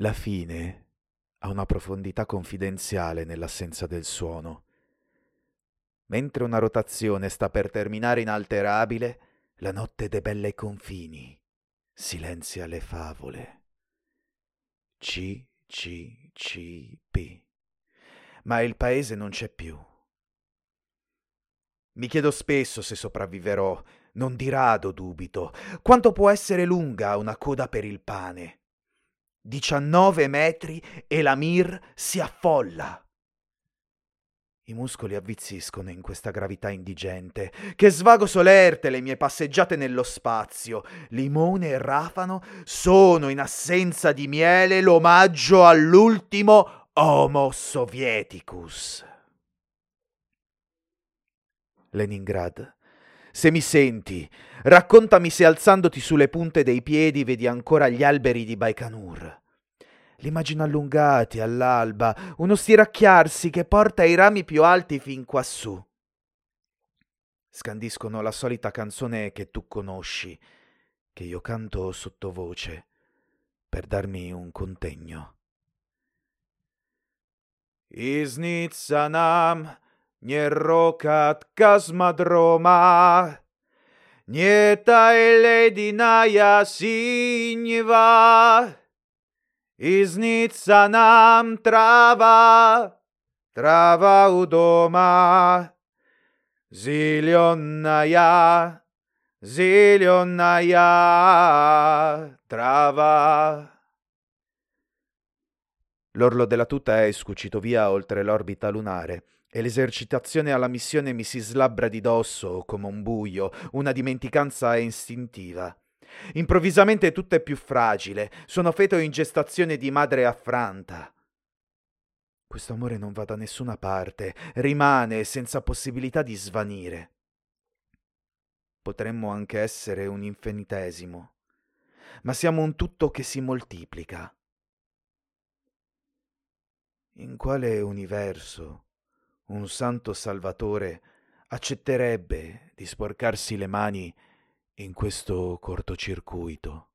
La fine ha una profondità confidenziale nell'assenza del suono. Mentre una rotazione sta per terminare inalterabile, la notte debella i confini, silenzia le favole. CCCP. Ma il paese non c'è più. Mi chiedo spesso se sopravviverò, non di rado dubito. Quanto può essere lunga una coda per il pane? 19 metri e la Mir si affolla. I muscoli avvizziscono in questa gravità indigente. Che svago solerte le mie passeggiate nello spazio. Limone e rafano sono, in assenza di miele, l'omaggio all'ultimo Homo Sovieticus. Leningrad, se mi senti, raccontami se alzandoti sulle punte dei piedi vedi ancora gli alberi di Baikonur. L'immagino allungati all'alba, uno stiracchiarsi che porta i rami più alti fin quassù. Scandiscono la solita canzone che tu conosci, che io canto sottovoce, per darmi un contegno. Isnitsanam, nierrokat kasmadroma, nieta eledinaya signeva. Isnitsanam trava, trava udoma, zilionnaya, zilionnaya, trava. L'orlo della tuta è scucito via oltre l'orbita lunare e l'esercitazione alla missione mi si slabbra di dosso come un buio, una dimenticanza istintiva. Improvvisamente tutto è più fragile, sono feto in gestazione di madre affranta. Questo amore non va da nessuna parte, rimane senza possibilità di svanire. Potremmo anche essere un infinitesimo, ma siamo un tutto che si moltiplica. In quale universo un santo salvatore accetterebbe di sporcarsi le mani in questo cortocircuito?